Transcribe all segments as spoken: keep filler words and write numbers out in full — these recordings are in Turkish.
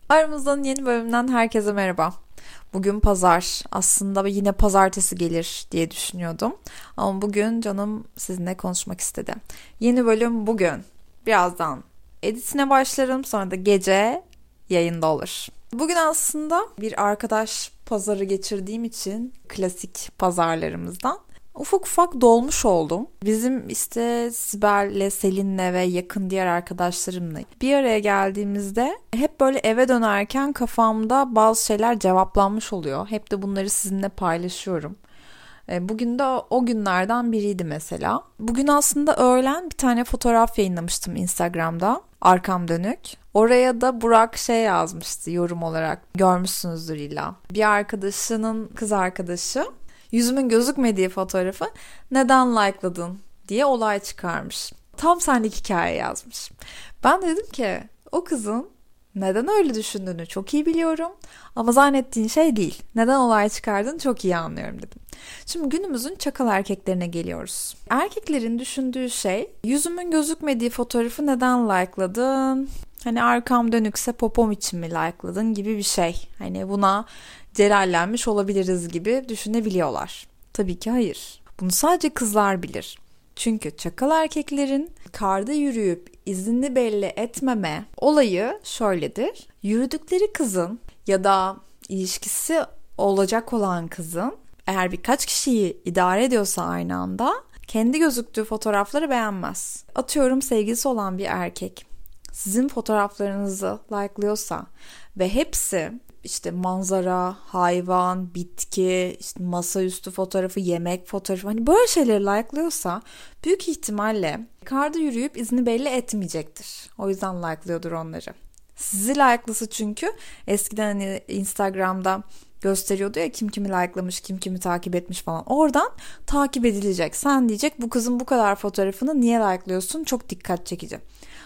Aramızdan yeni bölümden herkese merhaba. Bugün pazar. Aslında yine pazartesi gelir diye düşünüyordum. Ama bugün canım sizinle konuşmak istedi. Yeni bölüm bugün. Birazdan editine başlarım. Sonra da gece yayında olur. Bugün aslında bir arkadaş pazarı geçirdiğim için klasik pazarlarımızdan ufak ufak dolmuş oldum. Bizim işte Sibel'le, Selin'le ve yakın diğer arkadaşlarımla bir araya geldiğimizde hep böyle eve dönerken kafamda bazı şeyler cevaplanmış oluyor. Hep de bunları sizinle paylaşıyorum. Bugün de o günlerden biriydi mesela. Bugün aslında öğlen bir tane fotoğraf yayınlamıştım Instagram'da. Arkam dönük. Oraya da Burak şey yazmıştı yorum olarak. Görmüşsünüzdür illa. Bir arkadaşının kız arkadaşı yüzümün gözükmediği fotoğrafı neden like'ladın diye olay çıkarmış. Tam senlik hikaye yazmış. Ben de dedim ki o kızın neden öyle düşündüğünü çok iyi biliyorum ama zannettiğin şey değil. Neden olay çıkardığını çok iyi anlıyorum dedim. Şimdi günümüzün çakal erkeklerine geliyoruz. Erkeklerin düşündüğü şey yüzümün gözükmediği fotoğrafı neden like'ladın? Hani arkam dönükse popom için mi like'ladın gibi bir şey. Hani buna celallenmiş olabiliriz gibi düşünebiliyorlar. Tabii ki hayır. Bunu sadece kızlar bilir. Çünkü çakal erkeklerin karda yürüyüp izini belli etmeme olayı şöyledir. Yürüdükleri kızın ya da ilişkisi olacak olan kızın eğer birkaç kişiyi idare ediyorsa aynı anda kendi gözüktüğü fotoğrafları beğenmez. Atıyorum sevgilisi olan bir erkek sizin fotoğraflarınızı like'lıyorsa ve hepsi işte manzara, hayvan, bitki, işte masaüstü fotoğrafı, yemek fotoğrafı hani böyle şeyleri like'lıyorsa büyük ihtimalle karda yürüyüp izini belli etmeyecektir. O yüzden like'lıyordur onları. Sizi like'lısı çünkü eskiden hani Instagram'da gösteriyordu ya kim kimi like'lamış, kim kimi takip etmiş falan. Oradan takip edilecek. Sen diyecek bu kızın bu kadar fotoğrafını niye like'lıyorsun? Çok dikkat çekici.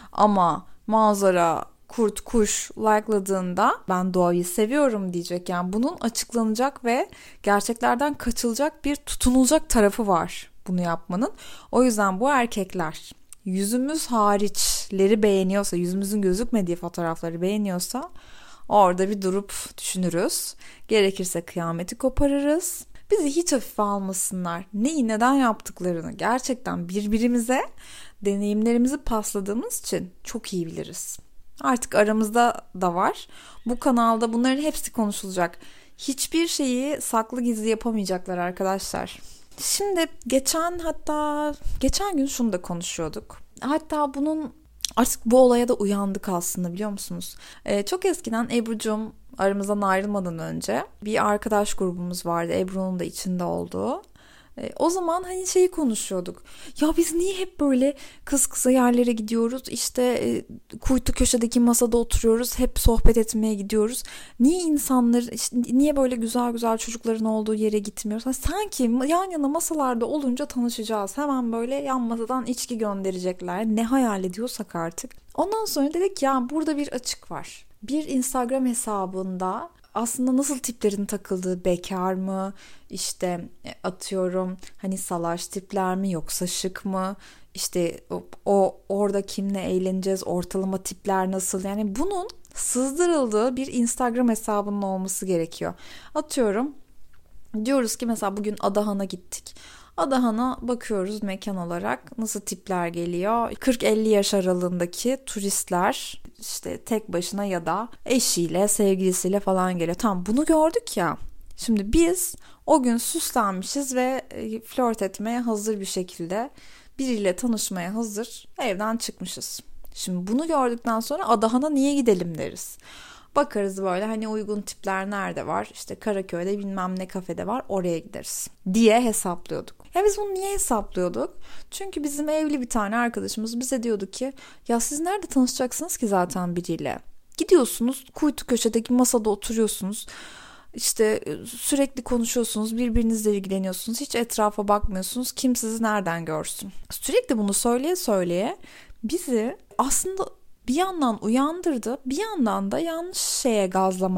Ama manzara, kurt, kuş like'ladığında ben doğayı seviyorum diyecek. Yani bunun açıklanacak ve gerçeklerden kaçılacak bir tutunulacak tarafı var bunu yapmanın. O yüzden bu erkekler yüzümüz hariçleri beğeniyorsa, yüzümüzün gözükmediği fotoğrafları beğeniyorsa orada bir durup düşünürüz. Gerekirse kıyameti koparırız. Bizi hiç hafife almasınlar. Neyi neden yaptıklarını gerçekten birbirimize deneyimlerimizi pasladığımız için çok iyi biliriz. Artık aramızda da var. Bu kanalda bunların hepsi konuşulacak. Hiçbir şeyi saklı gizli yapamayacaklar arkadaşlar. Şimdi geçen hatta geçen gün şunu da konuşuyorduk. Hatta bunun artık bu olaya da uyandık aslında biliyor musunuz? Ee, çok eskiden Ebru'cum aramızdan ayrılmadan önce bir arkadaş grubumuz vardı. Ebru'nun da içinde olduğu. E, o zaman hani şeyi konuşuyorduk. Ya biz niye hep böyle kız kıza yerlere gidiyoruz? İşte e, kuytu köşedeki masada oturuyoruz. Hep sohbet etmeye gidiyoruz. Niye insanlar işte, niye böyle güzel güzel çocukların olduğu yere gitmiyoruz? Hani sanki yan yana masalarda olunca tanışacağız. Hemen böyle yan masadan içki gönderecekler. Ne hayal ediyorsak artık. Ondan sonra dedik ya burada bir açık var. Bir Instagram hesabında aslında nasıl tiplerin takıldığı, bekar mı, işte atıyorum hani salaş tipler mi yoksa şık mı, işte o, o orada kimle eğleneceğiz, ortalama tipler nasıl, yani bunun sızdırıldığı bir Instagram hesabının olması gerekiyor. Atıyorum diyoruz ki mesela bugün Adahan'a gittik. Adahan'a bakıyoruz mekan olarak nasıl tipler geliyor. kırk elli yaş aralığındaki turistler işte tek başına ya da eşiyle, sevgilisiyle falan geliyor. Tamam bunu gördük ya. Şimdi biz o gün süslenmişiz ve flört etmeye hazır bir şekilde biriyle tanışmaya hazır evden çıkmışız. Şimdi bunu gördükten sonra Adahan'a niye gidelim deriz. Bakarız böyle hani uygun tipler nerede var? İşte Karaköy'de bilmem ne kafede var oraya gideriz diye hesaplıyorduk. Ya biz bunu niye hesaplıyorduk? Çünkü bizim evli bir tane arkadaşımız bize diyordu ki ya siz nerede tanışacaksınız ki zaten biriyle? Gidiyorsunuz kuytu köşedeki masada oturuyorsunuz. İşte sürekli konuşuyorsunuz, birbirinizle ilgileniyorsunuz, hiç etrafa bakmıyorsunuz, kim sizi nereden görsün? Sürekli bunu söyleye söyleye bizi aslında bir yandan uyandırdı, bir yandan da yanlış şeye gazlamaya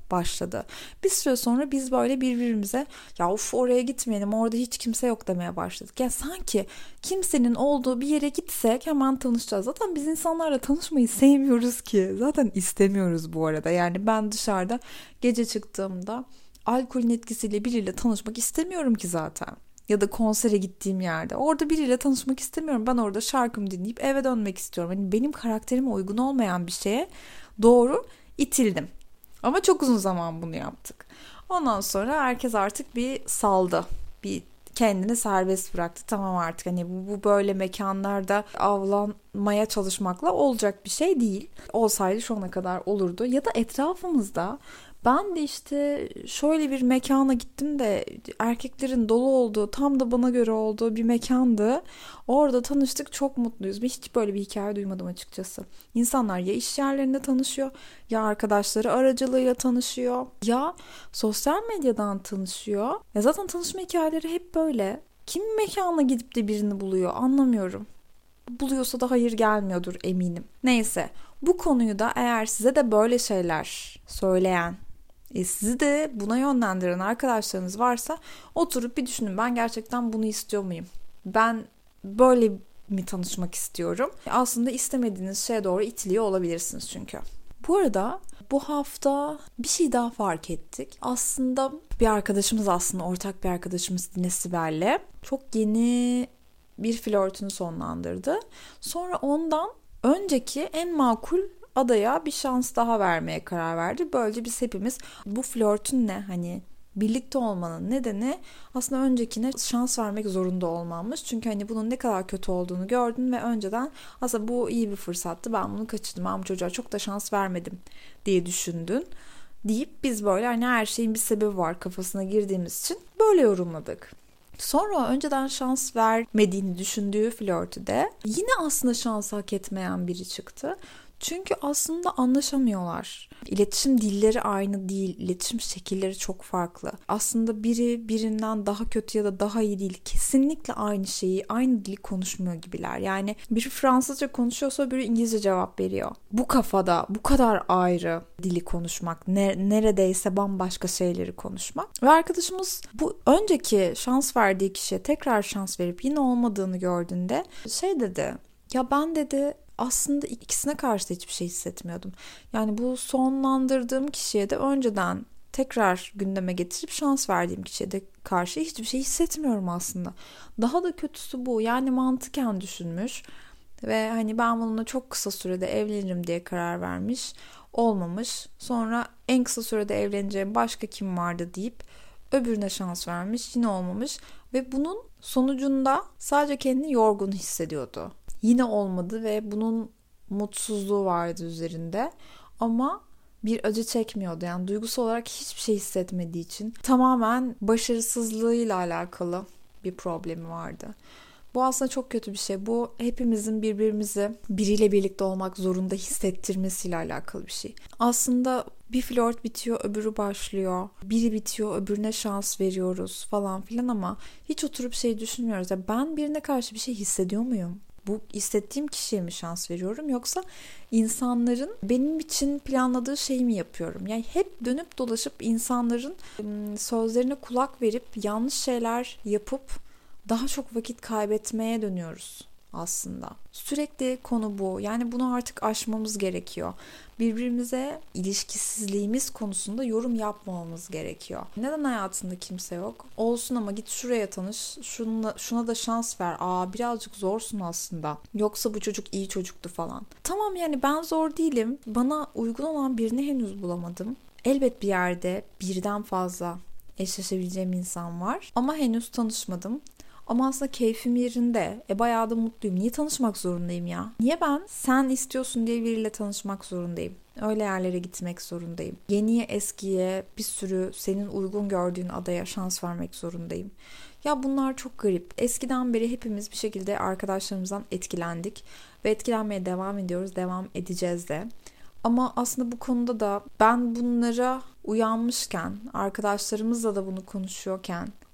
başladı. Bir süre sonra biz böyle birbirimize ya uf oraya gitmeyelim, orada hiç kimse yok demeye başladık. Ya sanki kimsenin olduğu bir yere gitsek hemen tanışacağız. Zaten biz insanlarla tanışmayı sevmiyoruz ki. Zaten istemiyoruz bu arada. Yani ben dışarıda gece çıktığımda alkolün etkisiyle biriyle tanışmak istemiyorum ki zaten. Ya da konsere gittiğim yerde. Orada biriyle tanışmak istemiyorum. Ben orada şarkımı dinleyip eve dönmek istiyorum. Yani benim karakterime uygun olmayan bir şeye doğru itildim. Ama çok uzun zaman bunu yaptık. Ondan sonra herkes artık bir saldı. Bir kendini serbest bıraktı. Tamam artık hani bu, bu böyle mekanlarda avlanmaya çalışmakla olacak bir şey değil. Olsaydı şu ana kadar olurdu. Ya da etrafımızda ben de işte şöyle bir mekana gittim de erkeklerin dolu olduğu, tam da bana göre olduğu bir mekandı. Orada tanıştık, çok mutluyuz. Ben hiç böyle bir hikaye duymadım açıkçası. İnsanlar ya iş yerlerinde tanışıyor, ya arkadaşları aracılığıyla tanışıyor, ya sosyal medyadan tanışıyor. Ya zaten tanışma hikayeleri hep böyle. Kim mekana gidip de birini buluyor anlamıyorum. Buluyorsa da hayır gelmiyordur eminim. Neyse, bu konuyu da eğer size de böyle şeyler söyleyen, E sizi de buna yönlendiren arkadaşlarınız varsa oturup bir düşünün, ben gerçekten bunu istiyor muyum? Ben böyle mi tanışmak istiyorum? Aslında istemediğiniz şeye doğru itiliyor olabilirsiniz çünkü. Bu arada bu hafta bir şey daha fark ettik. Aslında bir arkadaşımız aslında ortak bir arkadaşımız Dine Sibel'le çok yeni bir flörtünü sonlandırdı. Sonra ondan önceki en makul adaya bir şans daha vermeye karar verdi. Böylece biz hepimiz bu flörtün ne hani birlikte olmanın nedeni aslında öncekine şans vermek zorunda olmammış. Çünkü hani bunun ne kadar kötü olduğunu gördün ve önceden aslında bu iyi bir fırsattı, ben bunu kaçırdım, ben bu çocuğa çok da şans vermedim diye düşündün deyip biz böyle hani her şeyin bir sebebi var kafasına girdiğimiz için böyle yorumladık. Sonra önceden şans vermediğini düşündüğü flörtü de yine aslında şans hak etmeyen biri çıktı. Çünkü aslında anlaşamıyorlar. İletişim dilleri aynı değil. İletişim şekilleri çok farklı. Aslında biri birinden daha kötü ya da daha iyi değil. Kesinlikle aynı şeyi, aynı dili konuşmuyor gibiler. Yani biri Fransızca konuşuyorsa biri İngilizce cevap veriyor. Bu kafada bu kadar ayrı dili konuşmak, ne, neredeyse bambaşka şeyleri konuşmak. Ve arkadaşımız bu önceki şans verdiği kişiye tekrar şans verip yine olmadığını gördüğünde şey dedi. Ya ben dedi aslında ikisine karşı da hiçbir şey hissetmiyordum. Yani bu sonlandırdığım kişiye de önceden tekrar gündeme getirip şans verdiğim kişiye de karşı hiçbir şey hissetmiyorum aslında. Daha da kötüsü bu. Yani mantıken düşünmüş ve hani ben bununla çok kısa sürede evlenirim diye karar vermiş. Olmamış. Sonra en kısa sürede evleneceğim başka kim vardı deyip öbürüne şans vermiş. Yine olmamış. Ve bunun sonucunda sadece kendini yorgun hissediyordu. Yine olmadı ve bunun mutsuzluğu vardı üzerinde ama bir acı çekmiyordu. Yani duygusal olarak hiçbir şey hissetmediği için tamamen başarısızlığıyla alakalı bir problemi vardı. Bu aslında çok kötü bir şey. Bu hepimizin birbirimizi biriyle birlikte olmak zorunda hissettirmesiyle alakalı bir şey. Aslında bir flört bitiyor, öbürü başlıyor. Biri bitiyor, öbürüne şans veriyoruz falan filan ama hiç oturup şey düşünmüyoruz. Ya ben birine karşı bir şey hissediyor muyum? Bu hissettiğim kişiye mi şans veriyorum yoksa insanların benim için planladığı şeyi mi yapıyorum? Yani hep dönüp dolaşıp insanların sözlerine kulak verip yanlış şeyler yapıp daha çok vakit kaybetmeye dönüyoruz aslında. Sürekli konu bu. Yani bunu artık aşmamız gerekiyor. Birbirimize ilişkisizliğimiz konusunda yorum yapmamamız gerekiyor. Neden hayatında kimse yok? Olsun ama git şuraya tanış. Şuna, şuna da şans ver. Aa birazcık zorsun aslında. Yoksa bu çocuk iyi çocuktu falan. Tamam yani ben zor değilim. Bana uygun olan birini henüz bulamadım. Elbet bir yerde birden fazla eşleşebileceğim insan var. Ama henüz tanışmadım. Ama aslında keyfim yerinde. E bayağı da mutluyum. Niye tanışmak zorundayım ya? Niye ben sen istiyorsun diye biriyle tanışmak zorundayım? Öyle yerlere gitmek zorundayım. Yeniye eskiye bir sürü senin uygun gördüğün adaya şans vermek zorundayım. Ya bunlar çok garip. Eskiden beri hepimiz bir şekilde arkadaşlarımızdan etkilendik. Ve etkilenmeye devam ediyoruz. Devam edeceğiz de. Ama aslında bu konuda da ben bunlara uyanmışken, arkadaşlarımızla da bunu konuşuyorken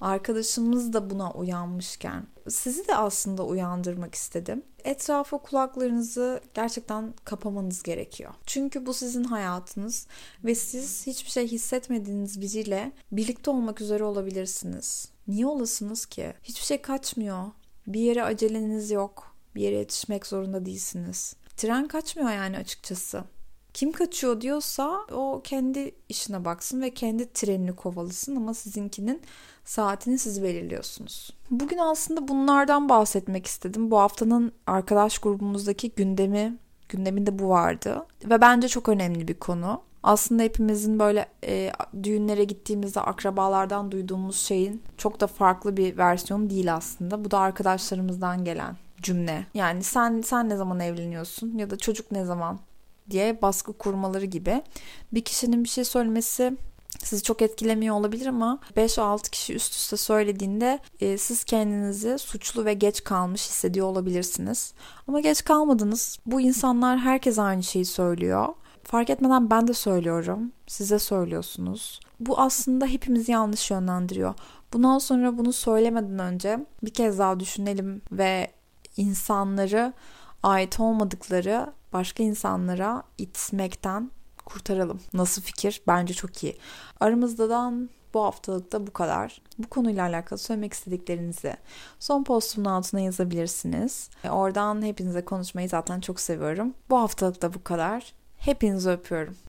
Arkadaşımız da buna uyanmışken sizi de aslında uyandırmak istedim. Etrafa kulaklarınızı gerçekten kapamanız gerekiyor. Çünkü bu sizin hayatınız ve siz hiçbir şey hissetmediğiniz biriyle birlikte olmak üzere olabilirsiniz. Niye olasınız ki? Hiçbir şey kaçmıyor. Bir yere aceleniz yok. Bir yere yetişmek zorunda değilsiniz. Tren kaçmıyor yani açıkçası. Kim kaçıyor diyorsa o kendi işine baksın ve kendi trenini kovalasın ama sizinkinin saatini siz belirliyorsunuz. Bugün aslında bunlardan bahsetmek istedim. Bu haftanın arkadaş grubumuzdaki gündemi, gündeminde bu vardı ve bence çok önemli bir konu. Aslında hepimizin böyle e, düğünlere gittiğimizde akrabalardan duyduğumuz şeyin çok da farklı bir versiyonu değil aslında. Bu da arkadaşlarımızdan gelen cümle. Yani sen sen ne zaman evleniyorsun ya da çocuk ne zaman diye baskı kurmaları gibi. Bir kişinin bir şey söylemesi sizi çok etkilemiyor olabilir ama beş altı kişi üst üste söylediğinde e, siz kendinizi suçlu ve geç kalmış hissediyor olabilirsiniz. Ama geç kalmadınız. Bu insanlar herkes aynı şeyi söylüyor. Fark etmeden ben de söylüyorum. Size söylüyorsunuz. Bu aslında hepimizi yanlış yönlendiriyor. Bundan sonra bunu söylemeden önce bir kez daha düşünelim ve insanları ait olmadıkları başka insanlara itmekten kurtaralım. Nasıl fikir? Bence çok iyi. Aramızdadan bu haftalıkta bu kadar. Bu konuyla alakalı söylemek istediklerinizi son postumun altına yazabilirsiniz. Oradan hepinize konuşmayı zaten çok seviyorum. Bu haftalıkta bu kadar. Hepinizi öpüyorum.